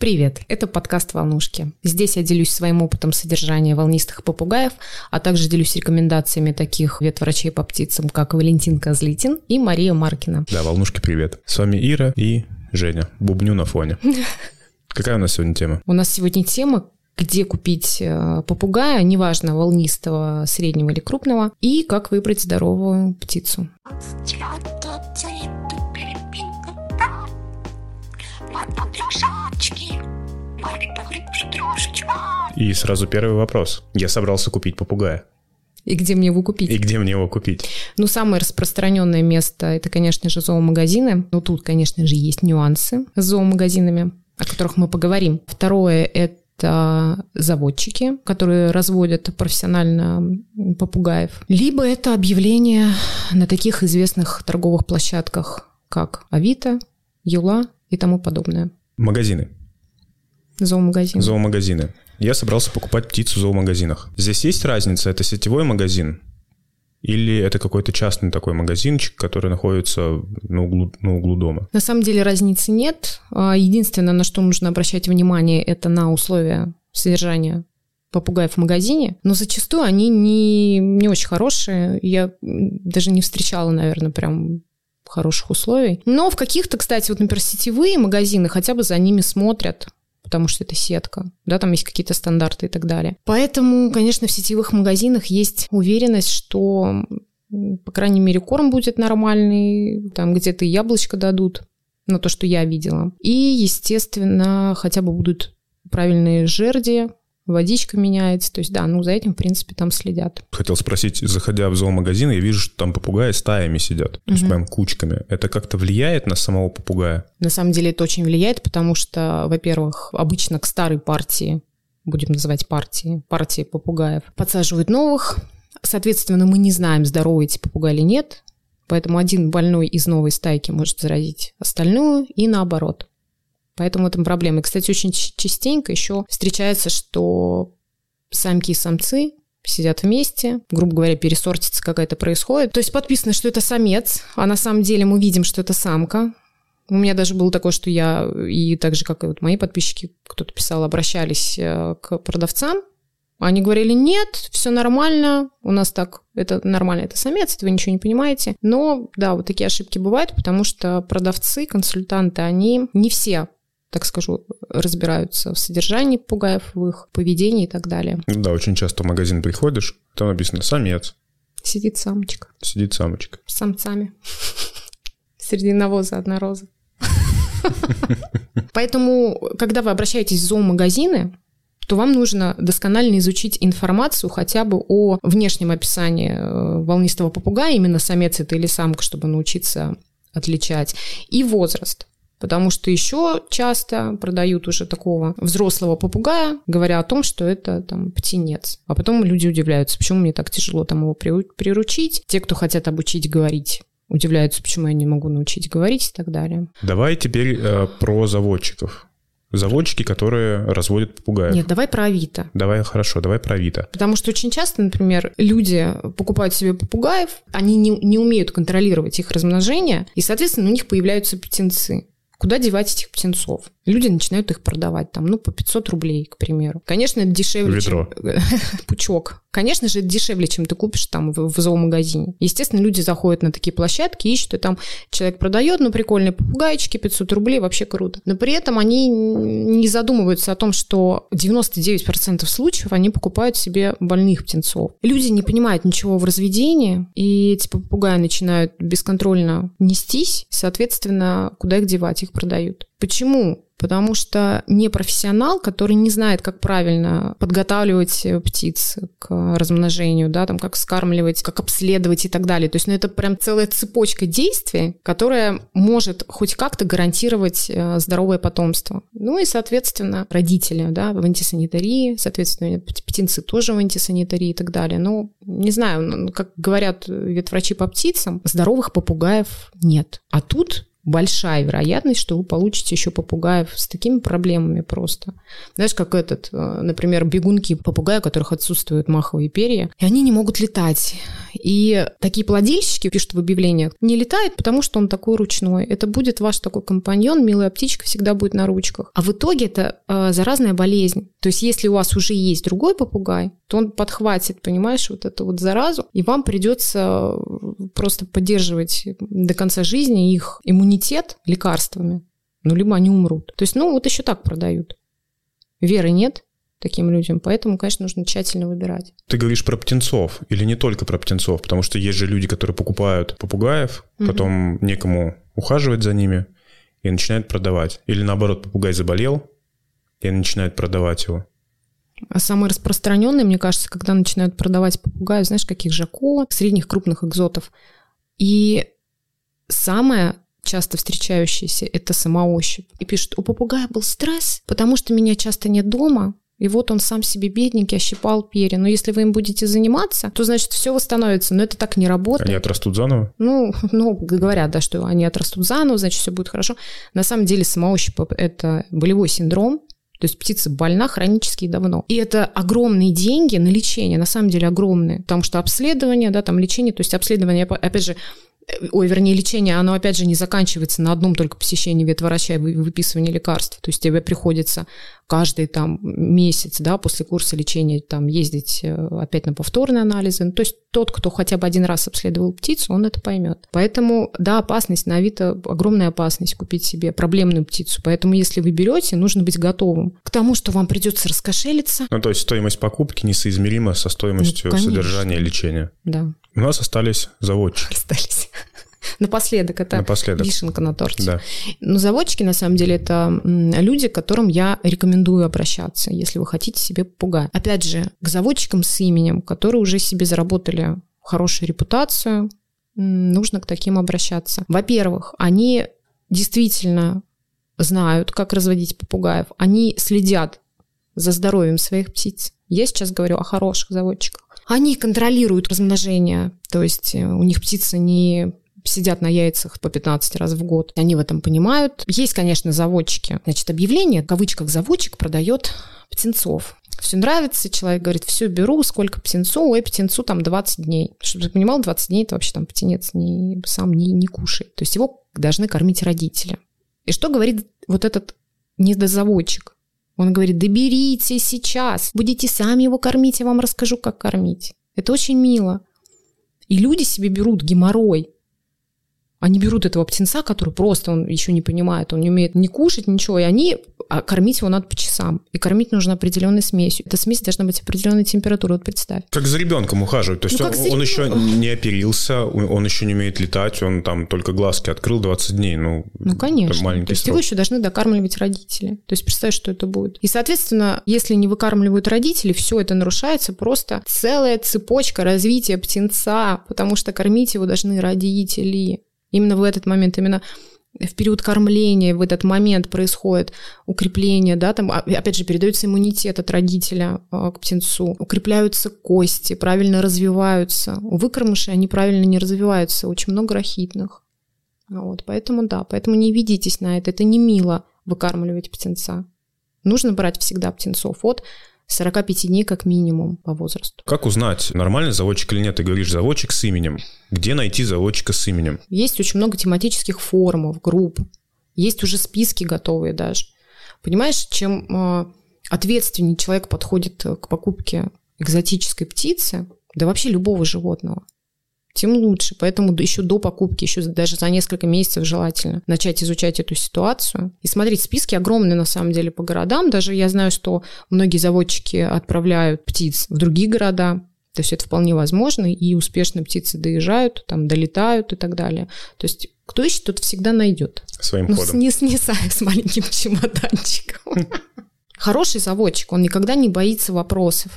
Привет, это подкаст «Волнушки». Здесь я делюсь своим опытом содержания волнистых попугаев, а также делюсь рекомендациями таких ветврачей по птицам, как Валентин Козлитин и Мария Маркина. Да, «Волнушки», привет. С вами Ира и Женя. Бубню на фоне. Какая у нас сегодня тема? У нас сегодня тема, где купить попугая, неважно, волнистого, среднего или крупного, и как выбрать здоровую птицу. И сразу первый вопрос. Я собрался купить попугая. И где мне его купить? Ну, самое распространенное место – это, конечно же, зоомагазины. Но тут, конечно же, есть нюансы с зоомагазинами, о которых мы поговорим. Второе – это заводчики, которые разводят профессионально попугаев. Либо это объявления на таких известных торговых площадках, как Авито, Юла и тому подобное. Магазины. Зоомагазины. Я собрался покупать птицу в зоомагазинах. Здесь есть разница? Это сетевой магазин? Или это какой-то частный такой магазинчик, который находится на углу дома? На самом деле разницы нет. Единственное, на что нужно обращать внимание, это на условия содержания попугаев в магазине. Но зачастую они не очень хорошие. Я даже не встречала, наверное, прям хороших условий. Но в каких-то, кстати, вот, например, сетевые магазины хотя бы за ними смотрят, потому что это сетка, да, там есть какие-то стандарты и так далее. Поэтому, конечно, в сетевых магазинах есть уверенность, что, по крайней мере, корм будет нормальный, там где-то и яблочко дадут, ну, то, что я видела. И, естественно, хотя бы будут правильные жерди, водичка меняется, то есть, да, за этим, в принципе, там следят. Хотел спросить, заходя в зоомагазин, я вижу, что там попугаи стаями сидят, то есть прям кучками. Это как-то влияет на самого попугая? На самом деле это очень влияет, потому что, во-первых, обычно к старой партии, будем называть партии попугаев, подсаживают новых. Соответственно, мы не знаем, здоровые эти попугаи или нет, поэтому один больной из новой стайки может заразить остальную и наоборот. Поэтому это проблема. И, кстати, очень частенько еще встречается, что самки и самцы сидят вместе, грубо говоря, пересортица какая-то происходит. То есть подписано, что это самец, а на самом деле мы видим, что это самка. У меня даже было такое, что я, и так же, как и вот мои подписчики, кто-то писал, обращались к продавцам. Они говорили, нет, все нормально, у нас так, это нормально, это самец, вы ничего не понимаете. Но, да, вот такие ошибки бывают, потому что продавцы, консультанты, они не все, так скажу, разбираются в содержании попугаев, в их поведении и так далее. Да, очень часто в магазин приходишь, там написано «самец». Сидит самочка. С самцами. Среди навоза одна роза. Поэтому, когда вы обращаетесь в зоомагазины, то вам нужно досконально изучить информацию хотя бы о внешнем описании волнистого попугая, именно самец это или самка, чтобы научиться отличать, и возраст. Потому что еще часто продают уже такого взрослого попугая, говоря о том, что это там птенец. А потом люди удивляются, почему мне так тяжело там его приручить. Те, кто хотят обучить говорить, удивляются, почему я не могу научить говорить и так далее. Давай теперь про заводчиков. Заводчики, которые разводят попугаев. Нет, давай про Авито. Давай про Авито. Потому что очень часто, например, люди покупают себе попугаев, они не умеют контролировать их размножение, и, соответственно, у них появляются птенцы. Куда девать этих птенцов? Люди начинают их продавать там, по 500 рублей, к примеру. Конечно, это дешевле, ведро. Пучок. Конечно же, это дешевле, чем ты купишь там в зоомагазине. Естественно, люди заходят на такие площадки, ищут, и там человек продает, прикольные попугайчики, 500 рублей, вообще круто. Но при этом они не задумываются о том, что 99% случаев они покупают себе больных птенцов. Люди не понимают ничего в разведении, и эти попугаи начинают бесконтрольно нестись, соответственно, куда их девать, их продают. Почему? Потому что непрофессионал, который не знает, как правильно подготавливать птиц к размножению, да, там, как скармливать, как обследовать и так далее. То есть, это прям целая цепочка действий, которая может хоть как-то гарантировать здоровое потомство. И, соответственно, родители, да, в антисанитарии, соответственно, птенцы тоже в антисанитарии и так далее. Не знаю, как говорят ветврачи по птицам, здоровых попугаев нет. А тут большая вероятность, что вы получите еще попугаев с такими проблемами просто. Знаешь, как например, бегунки попугаи, у которых отсутствуют маховые перья, и они не могут летать. И такие плодильщики пишут в объявлениях: не летает, потому что он такой ручной. Это будет ваш такой компаньон, милая птичка, всегда будет на ручках. А в итоге это заразная болезнь. То есть если у вас уже есть другой попугай, то он подхватит, понимаешь, вот эту вот заразу, и вам придется просто поддерживать до конца жизни их иммунитет лекарствами. Либо они умрут. То есть, вот еще так продают. Веры нет таким людям, поэтому, конечно, нужно тщательно выбирать. Ты говоришь про птенцов или не только про птенцов? Потому что есть же люди, которые покупают попугаев, потом некому ухаживать за ними и начинают продавать. Или наоборот, попугай заболел и начинают продавать его. А самые распространенные, мне кажется, когда начинают продавать попугаев, знаешь, каких жако, средних крупных экзотов. И самое часто встречающееся – это самоощупь. И пишут: у попугая был стресс, потому что меня часто нет дома, и вот он сам себе бедненький ощипал перья. Но если вы им будете заниматься, то, значит, все восстановится. Но это так не работает. Они отрастут заново? Говорят, да, что они отрастут заново, значит, все будет хорошо. На самом деле самоощупь – это болевой синдром. То есть птица больна хронически и давно. И это огромные деньги на лечение, на самом деле огромные. Потому что обследование, да, там лечение, то есть обследование, опять же, лечение, оно, опять же, не заканчивается на одном только посещении ветврача и выписывании лекарств. То есть тебе приходится каждый там месяц, да, после курса лечения там ездить опять на повторные анализы. То есть тот, кто хотя бы один раз обследовал птицу, он это поймет. Поэтому, да, опасность на Авито, огромная опасность купить себе проблемную птицу. Поэтому, если вы берете, нужно быть готовым к тому, что вам придется раскошелиться. То есть стоимость покупки несоизмерима со стоимостью содержания лечения. Да. У нас остались заводчики. Напоследок, это вишенка на торте. Да. Но заводчики, на самом деле, это люди, к которым я рекомендую обращаться, если вы хотите себе попугая. Опять же, к заводчикам с именем, которые уже себе заработали хорошую репутацию, нужно к таким обращаться. Во-первых, они действительно знают, как разводить попугаев. Они следят за здоровьем своих птиц. Я сейчас говорю о хороших заводчиках. Они контролируют размножение, то есть у них птицы не сидят на яйцах по 15 раз в год. Они в этом понимают. Есть, конечно, заводчики. Значит, объявление, в кавычках, заводчик продает птенцов. Все нравится, человек говорит: все беру, сколько птенцу? Ой, птенцу там 20 дней. Чтобы ты понимал, 20 дней это вообще там птенец сам не кушает. То есть его должны кормить родители. И что говорит вот этот недозаводчик? Он говорит: да берите сейчас, будете сами его кормить, я вам расскажу, как кормить. Это очень мило. И люди себе берут геморрой. Они берут этого птенца, который просто он еще не понимает, он не умеет ни кушать, ничего, и кормить его надо по часам. И кормить нужно определенной смесью. Эта смесь должна быть определенной температуры, вот представь. Как за ребенком ухаживать. То есть он еще не оперился, он еще не умеет летать, он там только глазки открыл 20 дней. Конечно. Маленький то есть срок. его еще должны докармливать родители. То есть представь, что это будет. И, соответственно, если не выкармливают родители, все это нарушается, просто целая цепочка развития птенца, потому что кормить его должны родители. Именно в этот момент, именно в период кормления, в этот момент происходит укрепление, да, там, опять же, передается иммунитет от родителя к птенцу, укрепляются кости, правильно развиваются. У выкормышей они правильно не развиваются, очень много рахитных. Поэтому не ведитесь на это не мило выкармливать птенца. Нужно брать всегда птенцов от 45 дней как минимум по возрасту. Как узнать, нормальный заводчик или нет? Ты говоришь, заводчик с именем. Где найти заводчика с именем? Есть очень много тематических форумов, групп. Есть уже списки готовые даже. Понимаешь, чем ответственнее человек подходит к покупке экзотической птицы, да вообще любого животного, тем лучше. Поэтому еще до покупки, еще даже за несколько месяцев желательно начать изучать эту ситуацию. И смотреть, списки огромные на самом деле по городам. Даже я знаю, что многие заводчики отправляют птиц в другие города. То есть это вполне возможно, и успешно птицы доезжают, там долетают и так далее. То есть кто ищет, тот всегда найдет. Своим ходом. Не с маленьким чемоданчиком. Хороший заводчик, он никогда не боится вопросов.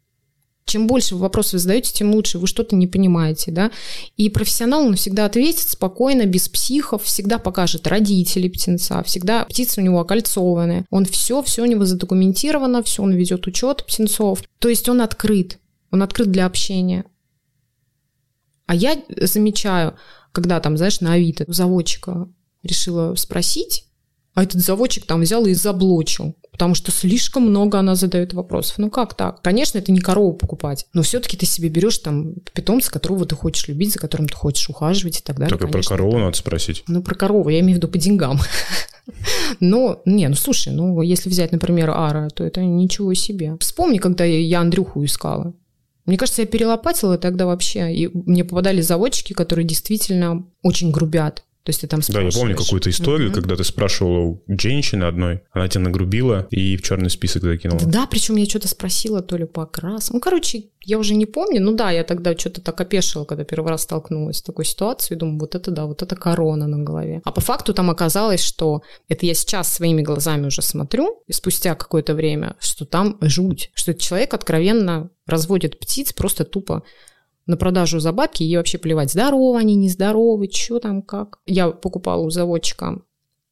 Чем больше вопросов вы задаете, тем лучше. Вы что-то не понимаете, да? И профессионал, он всегда ответит спокойно, без психов, всегда покажет родителей птенца, всегда птица у него окольцованная. Он все у него задокументировано, все, он ведет учет птенцов. То есть он открыт для общения. А я замечаю, когда там, знаешь, на Авито у заводчика решила спросить, а этот заводчик там взял и заблочил, потому что слишком много она задает вопросов. Ну как так? Конечно, это не корову покупать, но все-таки ты себе берешь там питомца, которого ты хочешь любить, за которым ты хочешь ухаживать и так далее. Только про корову надо спросить. Ну, про корову, я имею в виду по деньгам. Но, слушай, если взять, например, Ара, то это ничего себе. Вспомни, когда я Андрюху искала. Мне кажется, я перелопатила тогда вообще, и мне попадали заводчики, которые действительно очень грубят. То есть ты там спрашиваешь. Да, я помню какую-то историю, когда ты спрашивала у женщины одной, она тебя нагрубила и в черный список закинула. Да, причем я что-то спросила то ли по окрасу. Я уже не помню. Я тогда что-то так опешила, когда первый раз столкнулась с такой ситуацией. Думаю, вот это корона на голове. А по факту там оказалось, что это я сейчас своими глазами уже смотрю, и спустя какое-то время, что там жуть, что этот человек откровенно разводит птиц просто тупо на продажу за бабки, ей вообще плевать, здоровы они, нездоровы, что там, как. Я покупала у заводчика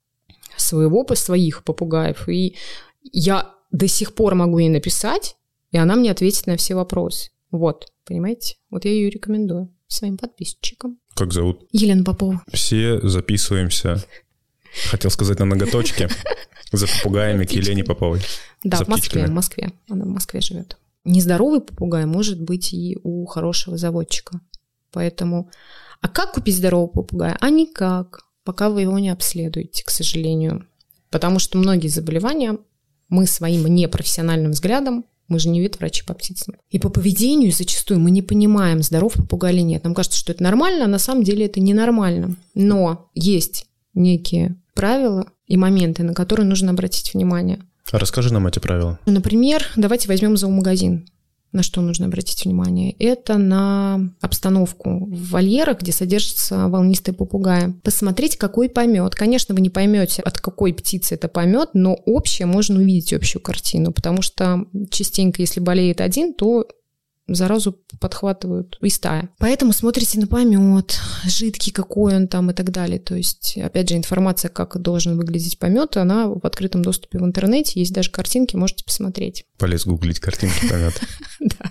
своих попугаев, и я до сих пор могу ей написать, и она мне ответит на все вопросы. Вот, понимаете? Вот я ее рекомендую своим подписчикам. Как зовут? Елена Попова. Все записываемся, хотел сказать, на ноготочке, за попугаями к Елене Поповой. Да, в Москве. Она в Москве живет. Нездоровый попугай может быть и у хорошего заводчика. Поэтому... А как купить здорового попугая? А никак, пока вы его не обследуете, к сожалению. Потому что многие заболевания мы своим непрофессиональным взглядом, мы же не ветврачи по птицам. И по поведению зачастую мы не понимаем, здоров попугай или нет. Нам кажется, что это нормально, а на самом деле это ненормально. Но есть некие правила и моменты, на которые нужно обратить внимание. Расскажи нам эти правила. Например, давайте возьмем зоомагазин. На что нужно обратить внимание? Это на обстановку в вольерах, где содержатся волнистые попугаи. Посмотреть, какой помет. Конечно, вы не поймете, от какой птицы это помет, но общее можно увидеть общую картину, потому что частенько, если болеет один, то заразу подхватывают и стая. Поэтому смотрите на помет, жидкий какой он там и так далее. То есть, опять же, информация, как должен выглядеть помет, она в открытом доступе в интернете. Есть даже картинки, можете посмотреть. Полез гуглить картинки помета. Да.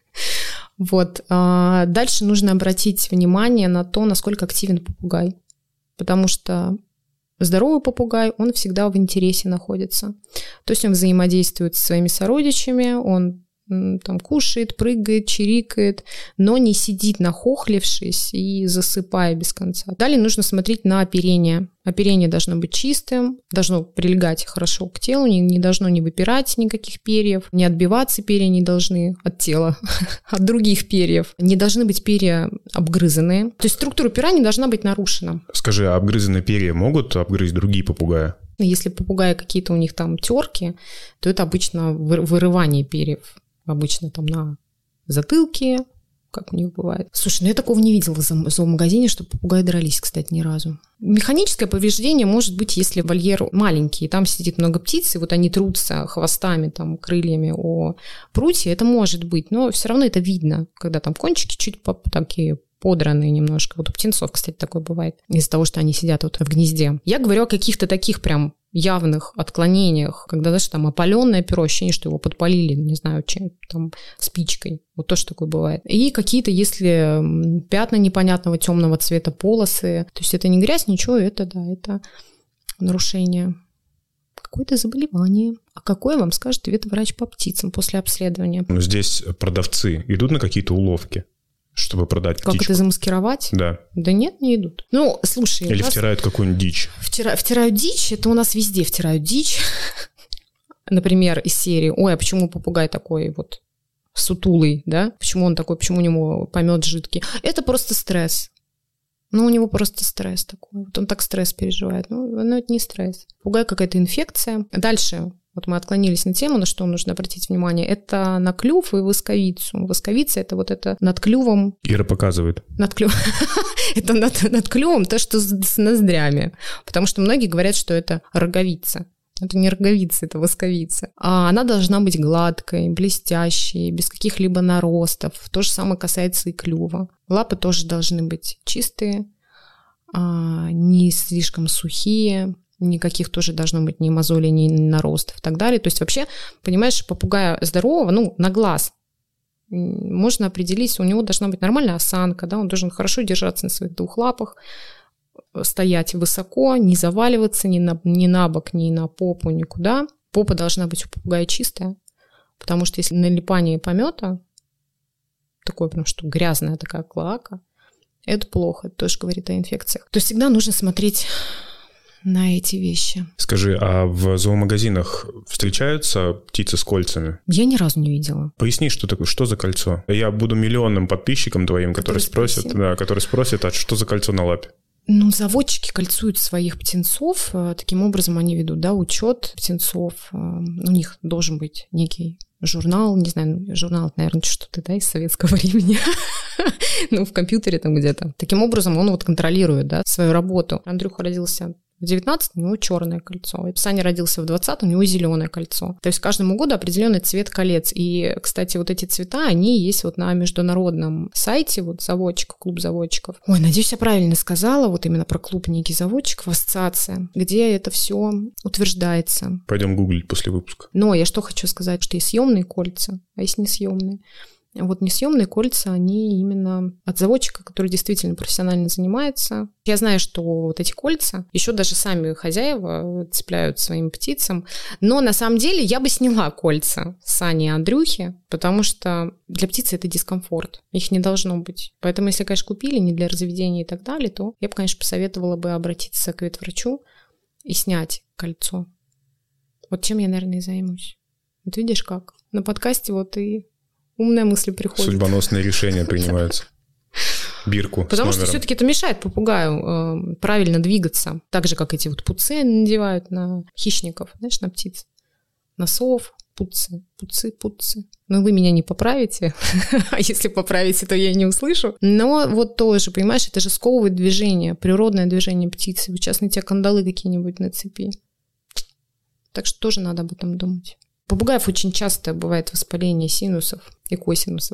Вот. Дальше нужно обратить внимание на то, насколько активен попугай. Потому что здоровый попугай, он всегда в интересе находится. То есть он взаимодействует со своими сородичами, он там кушает, прыгает, чирикает, но не сидит нахохлившись и засыпая без конца. Далее нужно смотреть на оперение. Оперение должно быть чистым, должно прилегать хорошо к телу, не должно не выпирать никаких перьев, не отбиваться перья не должны от тела, от других перьев. Не должны быть перья обгрызанные. То есть структура пера не должна быть нарушена. Скажи, а обгрызанные перья могут обгрызть другие попугаи? Если попугаи какие-то у них там терки, то это обычно вырывание перьев. Обычно там на затылке, как у них бывает. Слушай, я такого не видела в зоомагазине, чтобы попугаи дрались, кстати, ни разу. Механическое повреждение может быть, если вольер маленький, и там сидит много птиц, и вот они трутся хвостами, там, крыльями о прутье, это может быть, но все равно это видно, когда там кончики чуть такие подранные немножко. Вот у птенцов, кстати, такое бывает, из-за того, что они сидят вот в гнезде. Я говорю о каких-то таких прям явных отклонениях, когда даже там опаленное перо, ощущение, что его подпалили, не знаю, чем там спичкой. Вот тоже такое бывает. И какие-то, если пятна непонятного темного цвета, полосы, то есть это не грязь, ничего, это нарушение. Какое-то заболевание. А какое вам скажет ветврач по птицам после обследования? Но здесь продавцы идут на какие-то уловки, чтобы продать птичку. Как это замаскировать? Да. Да нет, не идут. Ну, слушай... Или втирают какую-нибудь дичь. Втирают дичь, это у нас везде втирают дичь. Например, из серии «Ой, а почему попугай такой вот сутулый, да? Почему он такой, почему у него помет жидкий?» Это просто стресс. Ну, у него просто стресс такой. Вот он так стресс переживает. Ну, это не стресс. Попугай какая-то инфекция. Дальше... Вот мы отклонились на тему, на что нужно обратить внимание. Это на клюв и восковицу. Восковица – это вот это над клювом. Ира показывает. Над клювом. Это над клювом то, что с ноздрями. Потому что многие говорят, что это роговица. Это не роговица, это восковица. А она должна быть гладкой, блестящей, без каких-либо наростов. То же самое касается и клюва. Лапы тоже должны быть чистые, не слишком сухие. Никаких тоже должно быть ни мозолей, ни наростов и так далее. То есть вообще, понимаешь, попугая здорового, на глаз можно определить, у него должна быть нормальная осанка, да, он должен хорошо держаться на своих двух лапах, стоять высоко, не заваливаться ни на бок, ни на попу, никуда. Попа должна быть у попугая чистая, потому что если налипание помета, такое прям, что грязная такая клоака, это плохо, это тоже говорит о инфекциях. То есть всегда нужно смотреть на эти вещи. Скажи, а в зоомагазинах встречаются птицы с кольцами? Я ни разу не видела. Поясни, что такое, что за кольцо? Я буду миллионным подписчиком твоим, которые спросят, а что за кольцо на лапе? Заводчики кольцуют своих птенцов, таким образом они ведут, учет птенцов. У них должен быть некий журнал, не знаю, журнал, наверное, что-то, из советского времени, в компьютере там где-то. Таким образом он контролирует, свою работу. Андрюха родился в 19 у него черное кольцо. Саня родился в 20 у него зеленое кольцо. То есть каждому году определенный цвет колец. И, кстати, эти цвета, они есть на международном сайте заводчиков, клуб заводчиков. Ой, надеюсь, я правильно сказала, именно про клуб некий заводчиков, ассоциация, где это все утверждается. Пойдем гуглить после выпуска. Но я что хочу сказать, что есть съемные кольца, а есть несъемные. Несъемные кольца, они именно от заводчика, который действительно профессионально занимается. Я знаю, что эти кольца еще даже сами хозяева цепляют своим птицам. Но на самом деле я бы сняла кольца Сани и Андрюхи, потому что для птицы это дискомфорт. Их не должно быть. Поэтому если, конечно, купили не для разведения и так далее, то я бы, конечно, посоветовала бы обратиться к ветврачу и снять кольцо. Чем я, наверное, и займусь. Видишь как? На подкасте и умная мысль приходит. Судьбоносные решения принимаются. Бирку. Потому что все-таки это мешает попугаю правильно двигаться. Так же, как эти пуцы надевают на хищников, на птиц. На сов, пуцы. Но вы меня не поправите. А если поправите, то я не услышу. Но тоже, понимаешь, это же сковывает движение, природное движение птицы. Сейчас на тебя кандалы какие-нибудь на цепи. Так что тоже надо об этом думать. У попугаев очень часто бывает воспаление синусов и косинусов,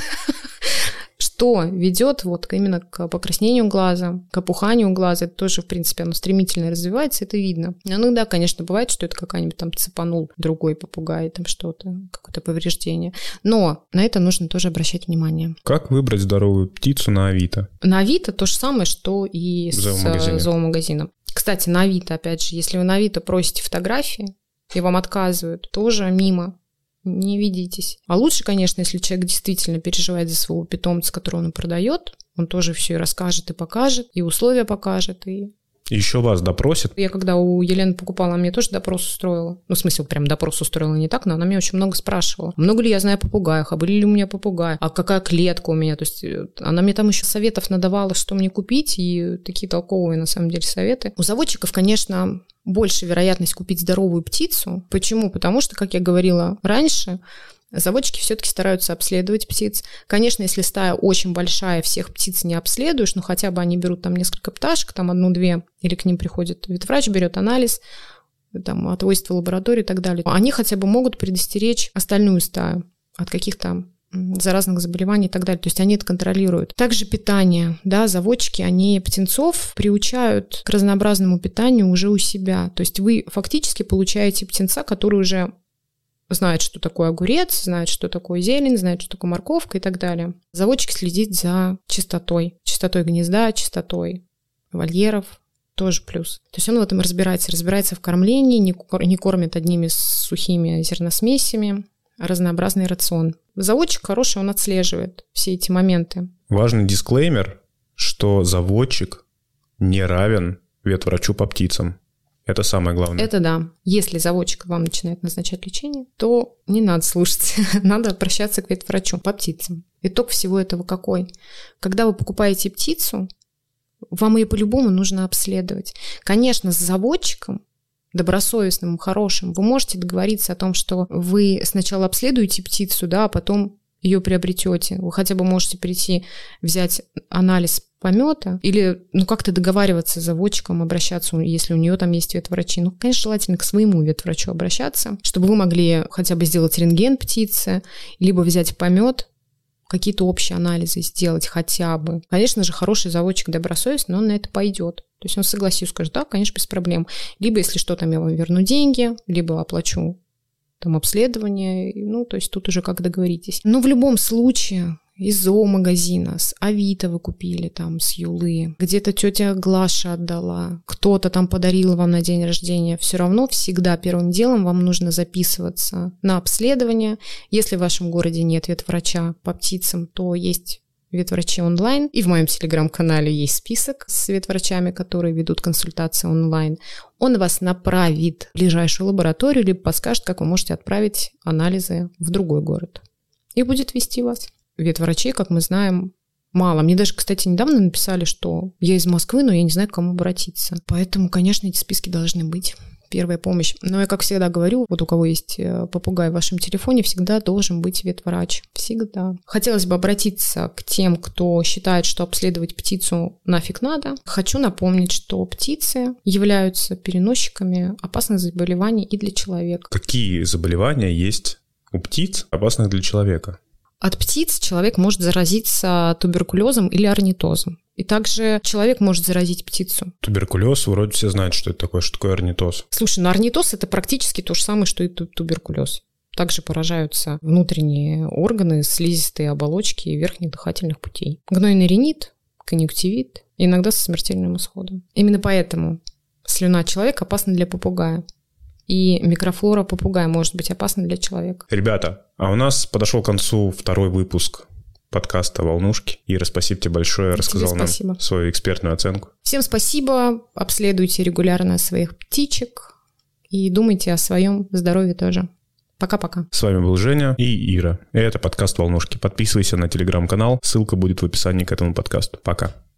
что ведет именно к покраснению глаза, к опуханию глаза. Это тоже, в принципе, оно стремительно развивается, это видно. Иногда, конечно, бывает, что это какая-нибудь цепанул другой попугай, что-то, какое-то повреждение. Но на это нужно тоже обращать внимание. Как выбрать здоровую птицу на Авито? На Авито то же самое, что и с зоомагазином. Кстати, на Авито, опять же, если вы на Авито просите фотографии, и вам отказывают, тоже мимо, не ведитесь. А лучше, конечно, если человек действительно переживает за своего питомца, которого он продает, он тоже все и расскажет, и покажет, и условия покажет, и... Еще вас допросят? Я когда у Елены покупала, она мне тоже допрос устроила. В смысле, прям допрос устроила не так, но она меня очень много спрашивала. Много ли я знаю о попугаях, а были ли у меня попугаи, а какая клетка у меня. То есть она мне там еще советов надавала, что мне купить, и такие толковые на самом деле советы. У заводчиков, конечно, больше вероятность купить здоровую птицу. Почему? Потому что, как я говорила раньше, заводчики все-таки стараются обследовать птиц. Конечно, если стая очень большая, всех птиц не обследуешь, но хотя бы они берут несколько пташек, одну-две, или к ним приходит ветврач, берет анализ, отводит в лабораторию и так далее. Они хотя бы могут предостеречь остальную стаю от каких-то заразных заболеваний и так далее. То есть они это контролируют. Также питание. Заводчики, они птенцов приучают к разнообразному питанию уже у себя. То есть вы фактически получаете птенца, который уже знает, что такое огурец, знает, что такое зелень, знает, что такое морковка и так далее. Заводчик следит за чистотой гнезда, чистотой вольеров, тоже плюс. То есть он в этом разбирается в кормлении, не кормит одними сухими зерносмесями, а разнообразный рацион. Заводчик хороший, он отслеживает все эти моменты. Важный дисклеймер, что заводчик не равен ветврачу по птицам. Это самое главное. Это да. Если заводчик вам начинает назначать лечение, то не надо слушать. Надо обращаться к ветврачу по птицам. Итог всего этого какой? Когда вы покупаете птицу, вам ее по-любому нужно обследовать. Конечно, с заводчиком, добросовестным, хорошим, вы можете договориться о том, что вы сначала обследуете птицу, а потом ее приобретете. Вы хотя бы можете прийти, взять анализ помета или как-то договариваться с заводчиком, обращаться, если у нее там есть ветврачи. Конечно, желательно к своему ветврачу обращаться, чтобы вы могли хотя бы сделать рентген птицы, либо взять помет, какие-то общие анализы сделать хотя бы. Конечно же, хороший заводчик добросовестный, но он на это пойдет. То есть он согласится, скажет, да, конечно, без проблем. Либо, если что, я вам верну деньги, либо оплачу обследование. То есть тут уже как договоритесь. Но в любом случае, из зоомагазина, с Авито вы купили, там, с Юлы, где-то тетя Глаша отдала, кто-то там подарил вам на день рождения, все равно всегда первым делом вам нужно записываться на обследование. Если в вашем городе нет ветврача по птицам, то есть ветврачи онлайн. И в моем телеграм-канале есть список с ветврачами, которые ведут консультации онлайн. Он вас направит в ближайшую лабораторию, либо подскажет, как вы можете отправить анализы в другой город. И будет вести вас. Ветврачей, как мы знаем, мало. Мне даже, кстати, недавно написали, что я из Москвы, но я не знаю, к кому обратиться. Поэтому, конечно, эти списки должны быть. Первая помощь. Но я, как всегда говорю, вот у кого есть попугай в вашем телефоне, всегда должен быть ветврач. Всегда. Хотелось бы обратиться к тем, кто считает, что обследовать птицу нафиг надо. Хочу напомнить, что птицы являются переносчиками опасных заболеваний и для человека. Какие заболевания есть у птиц, опасных для человека? От птиц человек может заразиться туберкулезом или орнитозом. И также человек может заразить птицу. Туберкулез, вроде все знают, что это такое. Что такое орнитоз? Слушай, ну орнитоз – это практически то же самое, что и туберкулез. Также поражаются внутренние органы, слизистые оболочки верхних дыхательных путей. Гнойный ринит, конъюнктивит, иногда со смертельным исходом. Именно поэтому слюна человека опасна для попугая. И микрофлора попугая может быть опасна для человека. Ребята, а у нас подошел к концу второй выпуск подкаста «Волнушки». Ира, спасибо тебе большое, рассказал нам свою экспертную оценку. Всем спасибо, обследуйте регулярно своих птичек и думайте о своем здоровье тоже. Пока-пока. С вами был Женя и Ира. И это подкаст «Волнушки». Подписывайся на телеграм-канал, ссылка будет в описании к этому подкасту. Пока.